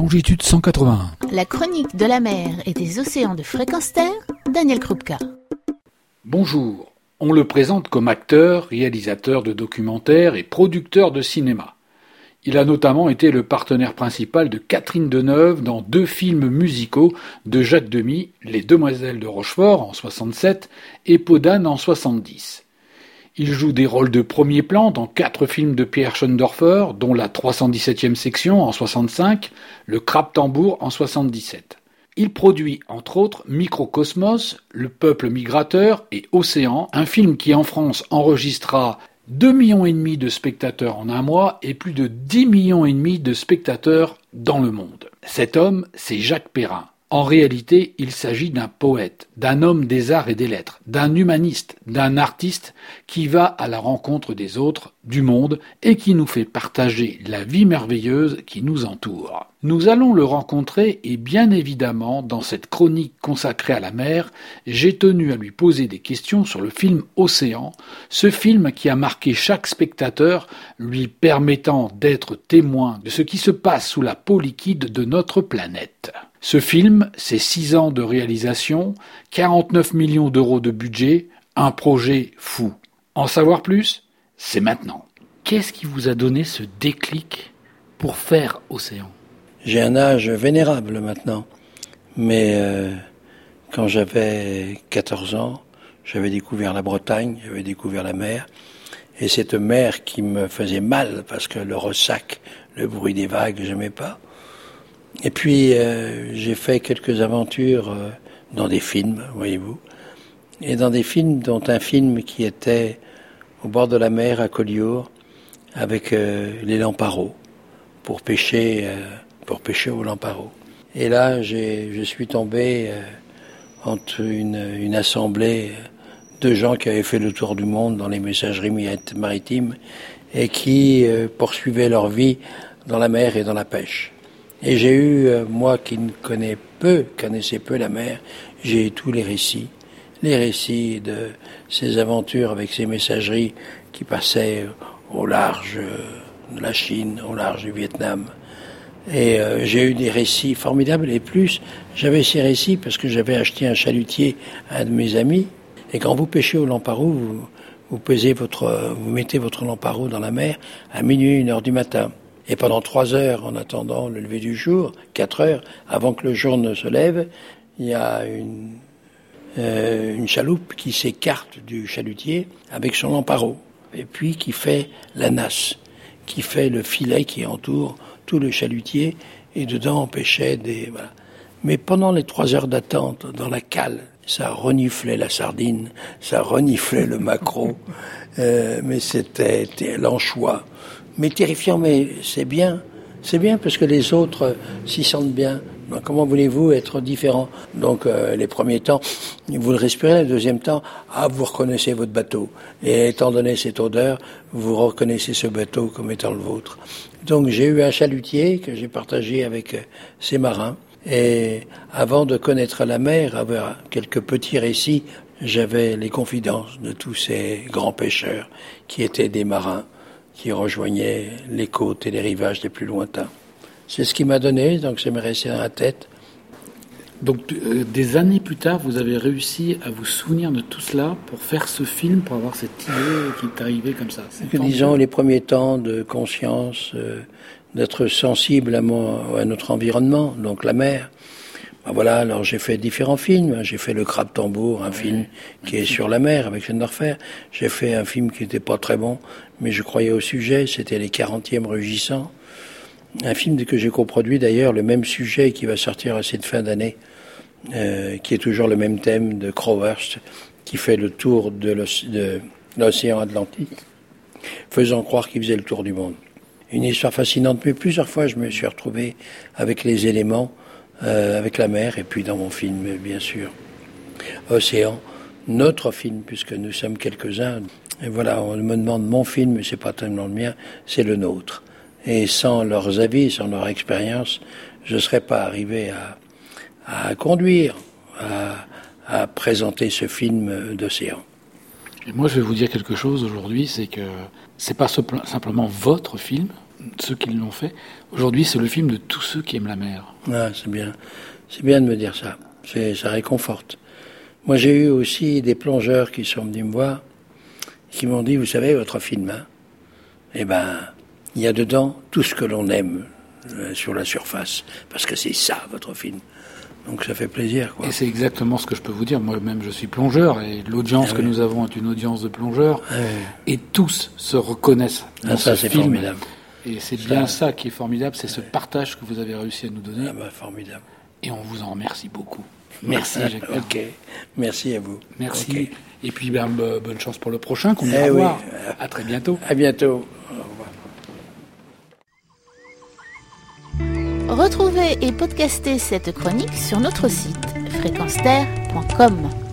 Longitude 181. La chronique de la mer et des océans de Fréquence Terre, Daniel Krupka. Bonjour, on le présente comme acteur, réalisateur de documentaires et producteur de cinéma. Il a notamment été le partenaire principal de Catherine Deneuve dans 2 films musicaux de Jacques Demy, Les Demoiselles de Rochefort en 67 et Peau d'âne en 70. Il joue des rôles de premier plan dans 4 films de Pierre Schoendorfer, dont la 317e section en 65, Le Crabe-Tambour en 77. Il produit, entre autres, Microcosmos, Le Peuple Migrateur et Océan, un film qui en France enregistra 2,5 millions de spectateurs en un mois et plus de 10,5 millions de spectateurs dans le monde. Cet homme, c'est Jacques Perrin. En réalité, il s'agit d'un poète, d'un homme des arts et des lettres, d'un humaniste, d'un artiste qui va à la rencontre des autres, du monde, et qui nous fait partager la vie merveilleuse qui nous entoure. Nous allons le rencontrer et bien évidemment, dans cette chronique consacrée à la mer, j'ai tenu à lui poser des questions sur le film Océan, ce film qui a marqué chaque spectateur, lui permettant d'être témoin de ce qui se passe sous la peau liquide de notre planète. Ce film, c'est 6 ans de réalisation, 49 millions d'euros de budget, un projet fou. En savoir plus, c'est maintenant. Qu'est-ce qui vous a donné ce déclic pour faire Océan ? J'ai un âge vénérable maintenant, mais quand j'avais 14 ans, j'avais découvert la Bretagne, j'avais découvert la mer, et cette mer qui me faisait mal parce que le ressac, le bruit des vagues, j'aimais pas. Et puis j'ai fait quelques aventures dans des films, voyez-vous, et dans des films, dont un film qui était au bord de la mer à Collioure avec les lamparos pour pêcher aux lamparos. Et là, je suis tombé entre une assemblée de gens qui avaient fait le tour du monde dans les messageries maritimes et qui poursuivaient leur vie dans la mer et dans la pêche. Et j'ai eu, moi qui connaissais peu la mer, j'ai eu tous les récits de ces aventures avec ces messageries qui passaient au large de la Chine, au large du Vietnam. Et j'ai eu des récits formidables, et plus, j'avais ces récits parce que j'avais acheté un chalutier à un de mes amis, et quand vous pêchez au lamparo, vous mettez votre lamparo dans la mer à minuit, 1h du matin. Et pendant 3 heures, en attendant le lever du jour, 4 heures, avant que le jour ne se lève, il y a une chaloupe qui s'écarte du chalutier avec son lamparo, et puis qui fait la nasse, qui fait le filet qui entoure tout le chalutier, et dedans on pêchait voilà. Mais pendant les 3 heures d'attente, dans la cale, ça reniflait la sardine, ça reniflait le maquereau, mais c'était l'anchois. Mais terrifiant, mais c'est bien parce que les autres s'y sentent bien. Donc, comment voulez-vous être différent ? Donc les premiers temps, vous le respirez, le deuxième temps, vous reconnaissez votre bateau. Et étant donné cette odeur, vous reconnaissez ce bateau comme étant le vôtre. Donc j'ai eu un chalutier que j'ai partagé avec ces marins. Et avant de connaître la mer, avoir quelques petits récits, j'avais les confidences de tous ces grands pêcheurs qui étaient des marins, qui rejoignaient les côtes et les rivages les plus lointains. C'est ce qui m'a donné, donc ça m'est resté dans la tête. Donc des années plus tard, vous avez réussi à vous souvenir de tout cela pour faire ce film, pour avoir cette idée qui est arrivée comme ça. Disons, les premiers temps de conscience, d'être sensible à notre environnement, donc la mer. Voilà, alors j'ai fait différents films. J'ai fait Le Crabe-Tambour, un film qui est sur la mer avec Schoendorfer. J'ai fait un film qui n'était pas très bon, mais je croyais au sujet, c'était Les 40e Rugissants. Un film que j'ai coproduit d'ailleurs, le même sujet qui va sortir à cette fin d'année, qui est toujours le même thème de Crowhurst, qui fait le tour de l'océan Atlantique, faisant croire qu'il faisait le tour du monde. Une histoire fascinante, mais plusieurs fois je me suis retrouvé avec les éléments, avec la mer, et puis dans mon film, bien sûr, Océan, notre film, puisque nous sommes quelques-uns. Et voilà, on me demande mon film, mais c'est pas tellement le mien, c'est le nôtre. Et sans leurs avis, sans leur expérience, je ne serais pas arrivé à conduire, à présenter ce film d'Océan. Et moi, je vais vous dire quelque chose aujourd'hui, c'est que c'est pas simplement votre film, ceux qui l'ont fait. Aujourd'hui, c'est le film de tous ceux qui aiment la mer. Ah, c'est bien. C'est bien de me dire ça. Ça réconforte. Moi, j'ai eu aussi des plongeurs qui sont venus me voir, qui m'ont dit, vous savez, votre film, hein, eh ben, il y a dedans tout ce que l'on aime sur la surface. Parce que c'est ça, votre film. Donc ça fait plaisir, quoi. Et c'est exactement ce que je peux vous dire. Moi-même, je suis plongeur, et l'audience que nous avons est une audience de plongeurs. Et tous se reconnaissent dans ce film. Formidable. Et c'est bien ça qui est formidable, c'est ce partage que vous avez réussi à nous donner. Ah bah, formidable. Et on vous en remercie beaucoup. Merci, Jacques. Ok. Merci à vous. Merci. Okay. Et puis, bonne chance pour le prochain qu'on ira voir. À très bientôt. À bientôt. Retrouvez et podcastez cette chronique sur notre site fréquenceterre.com.